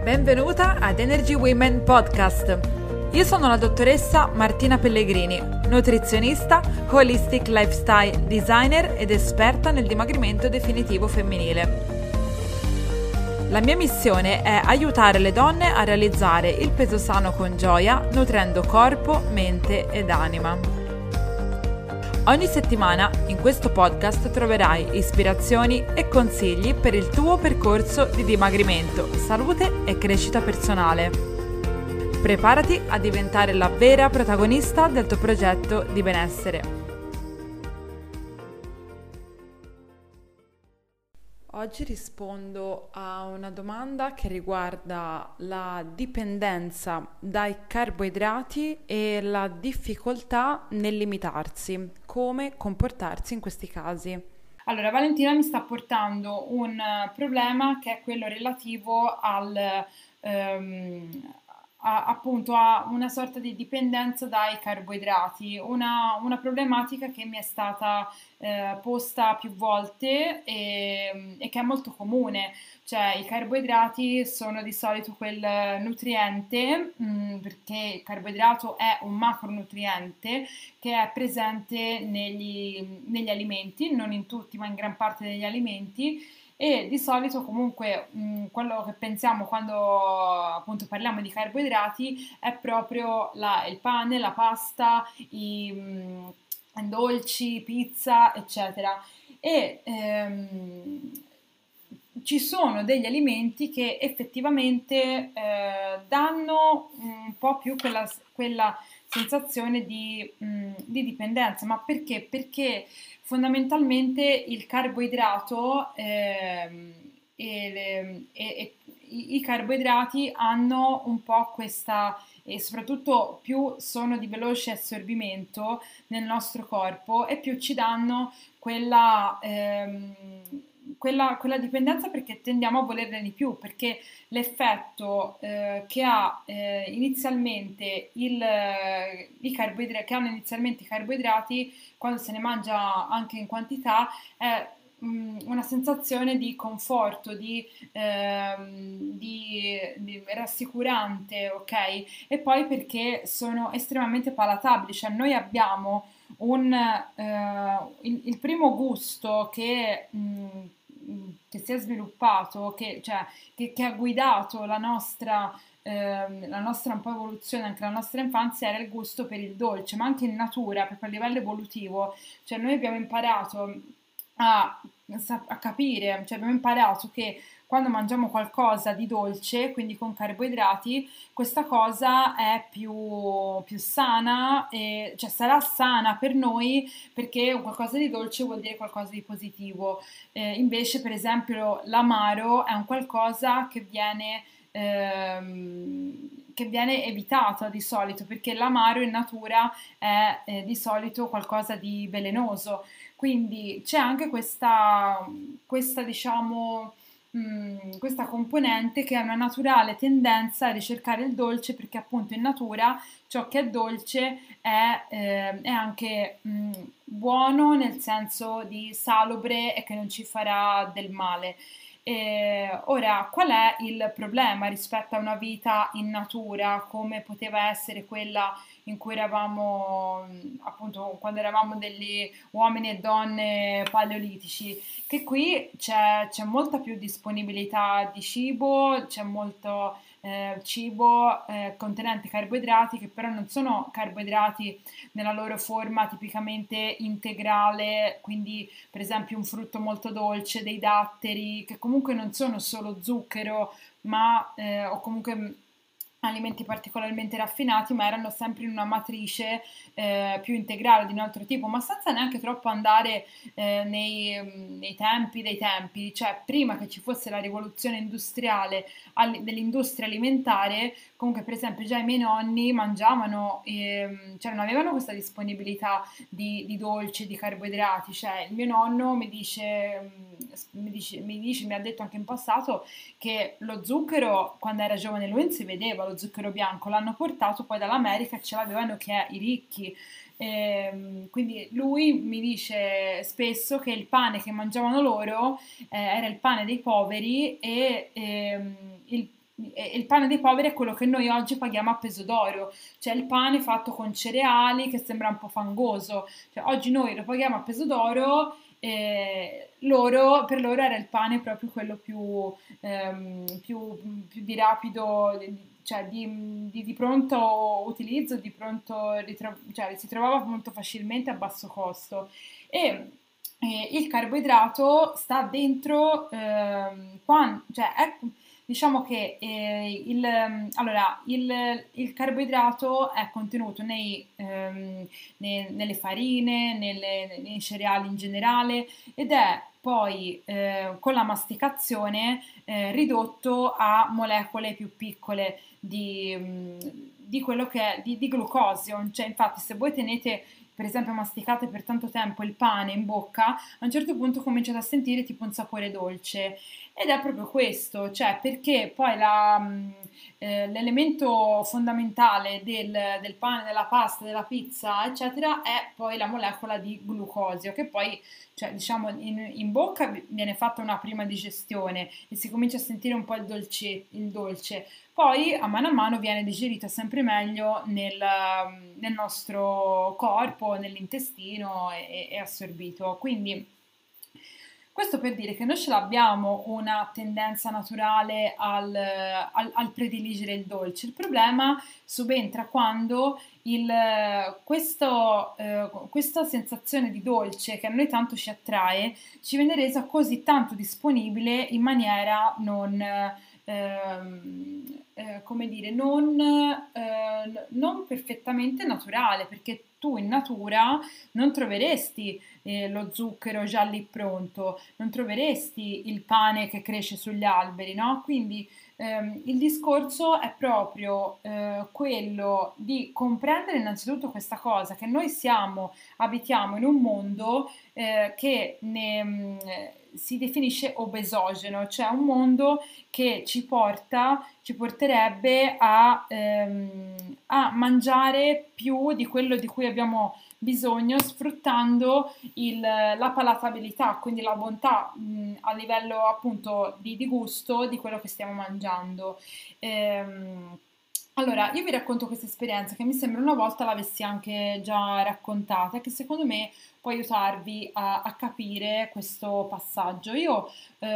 Benvenuta ad Energy Women Podcast. Io sono la dottoressa Martina Pellegrini, nutrizionista, holistic lifestyle designer ed esperta nel dimagrimento definitivo femminile. La mia missione è aiutare le donne a realizzare il peso sano con gioia, nutrendo corpo, mente ed anima. Ogni settimana in questo podcast troverai ispirazioni e consigli per il tuo percorso di dimagrimento, salute e crescita personale. Preparati a diventare la vera protagonista del tuo progetto di benessere. Oggi rispondo a una domanda che riguarda la dipendenza dai carboidrati e la difficoltà nel limitarsi, come comportarsi in questi casi. Allora, Valentina mi sta portando un problema che è quello relativo appunto a una sorta di dipendenza dai carboidrati, una problematica che mi è stata posta più volte e che è molto comune, cioè i carboidrati sono di solito quel nutriente, perché il carboidrato è un macronutriente che è presente negli alimenti, non in tutti ma in gran parte degli alimenti. E di solito comunque quello che pensiamo quando appunto parliamo di carboidrati è proprio il pane, la pasta, i dolci, pizza, eccetera. E ci sono degli alimenti che effettivamente danno un po' più quella sensazione di dipendenza. Ma perché? Perché fondamentalmente il carboidrato i carboidrati hanno un po' questa, e soprattutto più sono di veloce assorbimento nel nostro corpo e più ci danno quella dipendenza, perché tendiamo a volerne di più, perché l'effetto che ha inizialmente che hanno inizialmente i carboidrati quando se ne mangia anche in quantità è una sensazione di conforto, di rassicurante, ok? E poi perché sono estremamente palatabili, cioè noi abbiamo il primo gusto che si è sviluppato, cioè, che ha guidato la nostra un po' evoluzione, anche la nostra infanzia, era il gusto per il dolce, ma anche in natura, proprio a livello evolutivo, cioè noi abbiamo imparato a capire, cioè abbiamo imparato che quando mangiamo qualcosa di dolce, quindi con carboidrati, questa cosa è più sana, cioè sarà sana per noi perché un qualcosa di dolce vuol dire qualcosa di positivo. Invece, per esempio, l'amaro è un qualcosa che viene evitato di solito, perché l'amaro in natura è di solito qualcosa di velenoso. Quindi c'è anche diciamo, questa componente che è una naturale tendenza a ricercare il dolce, perché appunto in natura ciò che è dolce è anche buono, nel senso di salubre e che non ci farà del male. Ora, qual è il problema rispetto a una vita in natura, come poteva essere quella in cui eravamo, appunto, quando eravamo degli uomini e donne paleolitici? Che qui c'è molta più disponibilità di cibo, c'è molto cibo contenente carboidrati, che però non sono carboidrati nella loro forma tipicamente integrale, quindi per esempio un frutto molto dolce, dei datteri, che comunque non sono solo zucchero, ma o comunque alimenti particolarmente raffinati, ma erano sempre in una matrice più integrale di un altro tipo, ma senza neanche troppo andare nei tempi dei tempi, cioè prima che ci fosse la rivoluzione industriale dell'industria alimentare, comunque per esempio già i miei nonni mangiavano, cioè non avevano questa disponibilità di dolci, di carboidrati, cioè il mio nonno mi ha detto anche in passato che lo zucchero, quando era giovane lui, non si vedeva lo zucchero bianco, l'hanno portato poi dall'America e ce l'avevano che i ricchi. Quindi lui mi dice spesso che il pane che mangiavano loro era il pane dei poveri, e e il pane dei poveri è quello che noi oggi paghiamo a peso d'oro, cioè il pane fatto con cereali che sembra un po' fangoso, cioè oggi noi lo paghiamo a peso d'oro. Per loro era il pane proprio quello più di rapido, cioè di pronto utilizzo, cioè si trovava molto facilmente a basso costo. E il carboidrato sta dentro, cioè diciamo che il carboidrato è contenuto nelle farine, nei cereali in generale ed è poi con la masticazione ridotto a molecole più piccole di quello che è di glucosio. Cioè, infatti, se voi tenete per esempio masticate per tanto tempo il pane in bocca, a un certo punto cominciate a sentire tipo un sapore dolce. Ed è proprio questo, cioè perché poi l'elemento fondamentale del pane, della pasta, della pizza, eccetera, è poi la molecola di glucosio, che poi, cioè, diciamo, in bocca viene fatta una prima digestione e si comincia a sentire un po' il dolce. Poi a mano viene digerita sempre meglio nel nostro corpo, nell'intestino e assorbito. Quindi questo per dire che noi ce l'abbiamo una tendenza naturale al prediligere il dolce. Il problema subentra quando questa sensazione di dolce che a noi tanto ci attrae ci viene resa così tanto disponibile in maniera come dire, non perfettamente naturale, perché tu in natura non troveresti lo zucchero già lì pronto, non troveresti il pane che cresce sugli alberi, no? Quindi il discorso è proprio quello di comprendere innanzitutto questa cosa, che noi abitiamo in un mondo si definisce obesogeno, cioè un mondo che ci porterebbe a mangiare più di quello di cui abbiamo bisogno, sfruttando la palatabilità, quindi la bontà a livello appunto di gusto di quello che stiamo mangiando. Allora, io vi racconto questa esperienza che mi sembra una volta l'avessi anche già raccontata e che secondo me può aiutarvi a capire questo passaggio. Io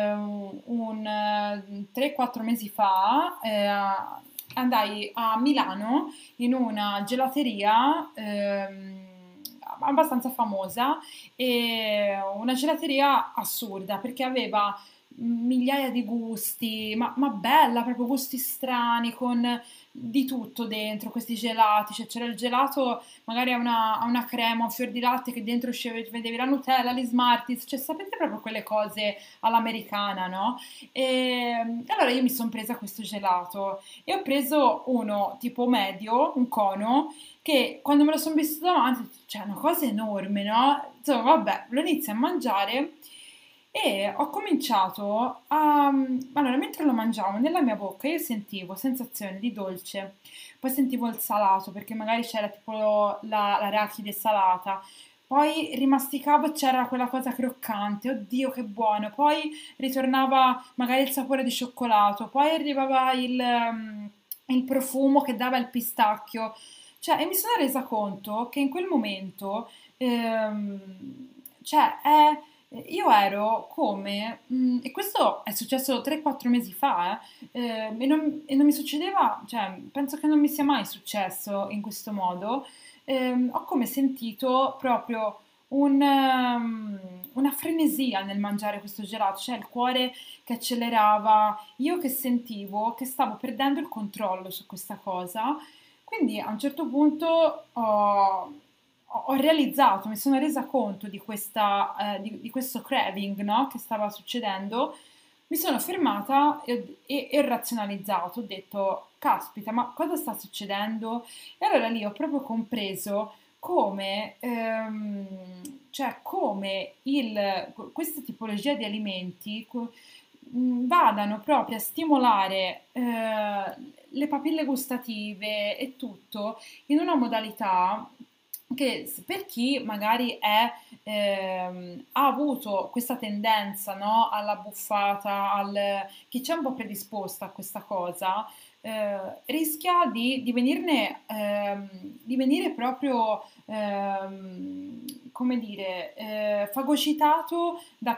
3-4 mesi fa andai a Milano in una gelateria abbastanza famosa e una gelateria assurda perché aveva migliaia di gusti, ma bella, proprio gusti strani, con di tutto dentro, questi gelati, cioè c'era il gelato magari a una crema, un fior di latte che dentro vedevi la Nutella, gli Smarties, cioè sapete proprio quelle cose all'americana, no? E allora io mi sono presa questo gelato e ho preso uno tipo medio, un cono, che quando me lo sono visto davanti, cioè una cosa enorme, no? Insomma, vabbè, lo inizio a mangiare e ho cominciato allora, mentre lo mangiavo nella mia bocca, io sentivo sensazione di dolce, poi sentivo il salato, perché magari c'era tipo l'arachide salata, poi rimasticavo e c'era quella cosa croccante, oddio che buono, poi ritornava magari il sapore di cioccolato, poi arrivava il profumo che dava il pistacchio, cioè, e mi sono resa conto che in quel momento, cioè, io ero come, e questo è successo 3-4 mesi fa, e non mi succedeva, cioè, penso che non mi sia mai successo in questo modo, ho come sentito proprio una frenesia nel mangiare questo gelato, cioè il cuore che accelerava, io che sentivo che stavo perdendo il controllo su questa cosa, quindi a un certo punto ho realizzato, mi sono resa conto di questo craving, no, che stava succedendo, mi sono fermata e ho razionalizzato, ho detto, caspita, ma cosa sta succedendo? E allora lì ho proprio compreso come, cioè come questa tipologia di alimenti vadano proprio a stimolare le papille gustative e tutto in una modalità che per chi magari è ha avuto questa tendenza, no, alla buffata, chi c'è un po' predisposta a questa cosa, rischia di venirne, di venire proprio, come dire, fagocitato da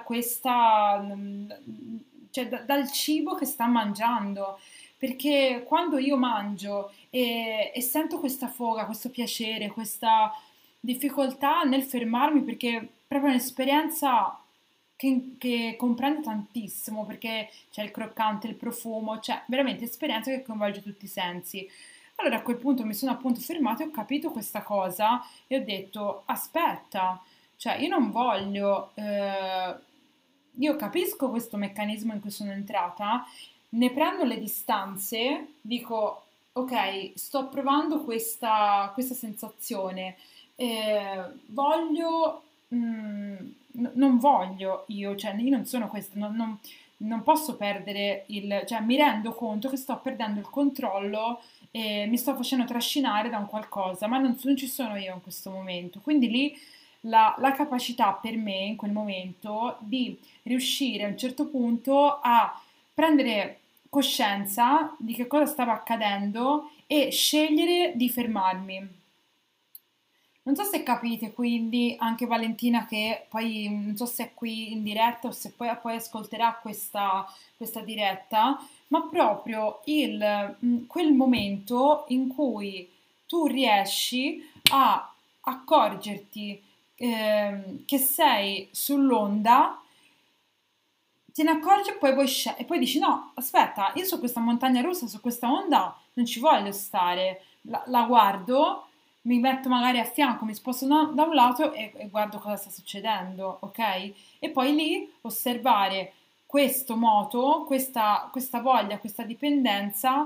cioè dal cibo che sta mangiando. Perché quando io mangio e sento questa foga, questo piacere, questa difficoltà nel fermarmi, perché è proprio un'esperienza che comprende tantissimo, perché c'è il croccante, il profumo, cioè veramente esperienza che coinvolge tutti i sensi. Allora a quel punto mi sono appunto fermata e ho capito questa cosa e ho detto, aspetta, cioè io non voglio, io capisco questo meccanismo in cui sono entrata, ne prendo le distanze, dico, ok, sto provando questa sensazione, voglio, non voglio io, cioè io non sono questa, non posso perdere cioè mi rendo conto che sto perdendo il controllo e mi sto facendo trascinare da un qualcosa, ma non ci sono io in questo momento. Quindi lì la capacità per me in quel momento di riuscire a un certo punto a prendere coscienza di che cosa stava accadendo e scegliere di fermarmi. Non so se capite, quindi anche Valentina che poi non so se è qui in diretta o se poi ascolterà questa diretta, ma proprio quel momento in cui tu riesci a accorgerti che sei sull'onda, te ne accorgi e poi, e poi dici no, aspetta, io su questa montagna russa, su questa onda non ci voglio stare, la guardo, mi metto magari a fianco, mi sposto da un lato e guardo cosa sta succedendo, ok? E poi lì osservare questo moto, questa voglia, questa dipendenza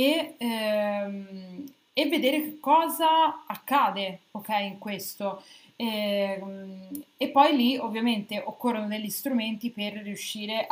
e vedere che cosa accade, ok, in questo. E poi lì ovviamente occorrono degli strumenti per riuscire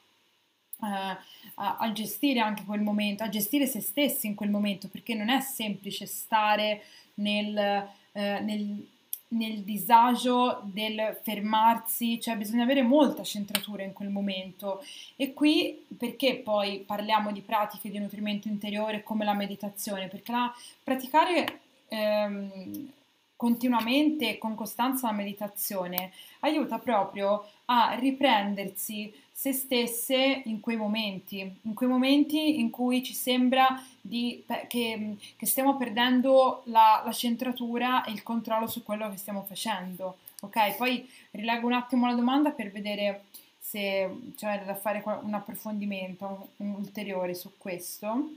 a gestire anche quel momento, a gestire se stessi in quel momento, perché non è semplice stare nel, eh, nel, nel disagio del fermarsi, cioè bisogna avere molta centratura in quel momento. E qui perché poi parliamo di pratiche di nutrimento interiore come la meditazione? Perché praticare continuamente e con costanza la meditazione aiuta proprio a riprendersi se stesse in quei momenti in cui ci sembra che stiamo perdendo la centratura e il controllo su quello che stiamo facendo. Ok, poi rileggo un attimo la domanda per vedere se c'è da fare un approfondimento un ulteriore su questo.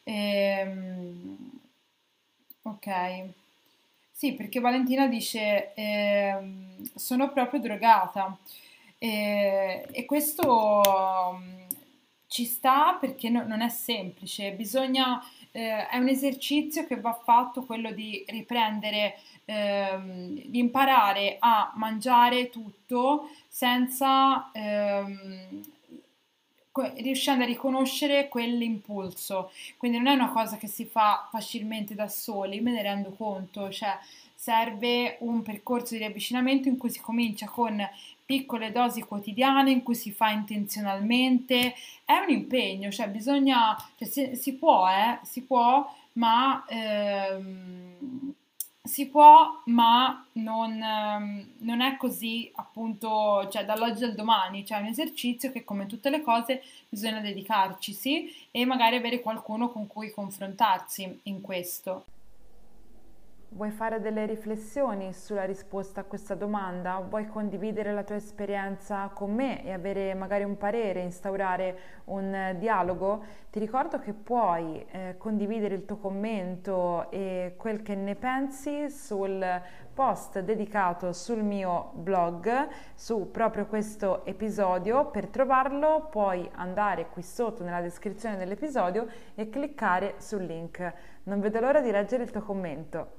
Ok. Sì, perché Valentina dice sono proprio drogata e questo ci sta perché non è semplice, è un esercizio che va fatto quello di riprendere, di imparare a mangiare tutto senza riuscendo a riconoscere quell'impulso. Quindi non è una cosa che si fa facilmente da soli, me ne rendo conto, cioè serve un percorso di riavvicinamento in cui si comincia con piccole dosi quotidiane, in cui si fa intenzionalmente, è un impegno, cioè bisogna, cioè si può, ma non è così appunto, cioè dall'oggi al domani, cioè è un esercizio che come tutte le cose bisogna dedicarci, sì, e magari avere qualcuno con cui confrontarsi in questo. Vuoi fare delle riflessioni sulla risposta a questa domanda? Vuoi condividere la tua esperienza con me e avere magari un parere, instaurare un dialogo? Ti ricordo che puoi condividere il tuo commento e quel che ne pensi sul post dedicato sul mio blog su proprio questo episodio. Per trovarlo puoi andare qui sotto nella descrizione dell'episodio e cliccare sul link. Non vedo l'ora di leggere il tuo commento.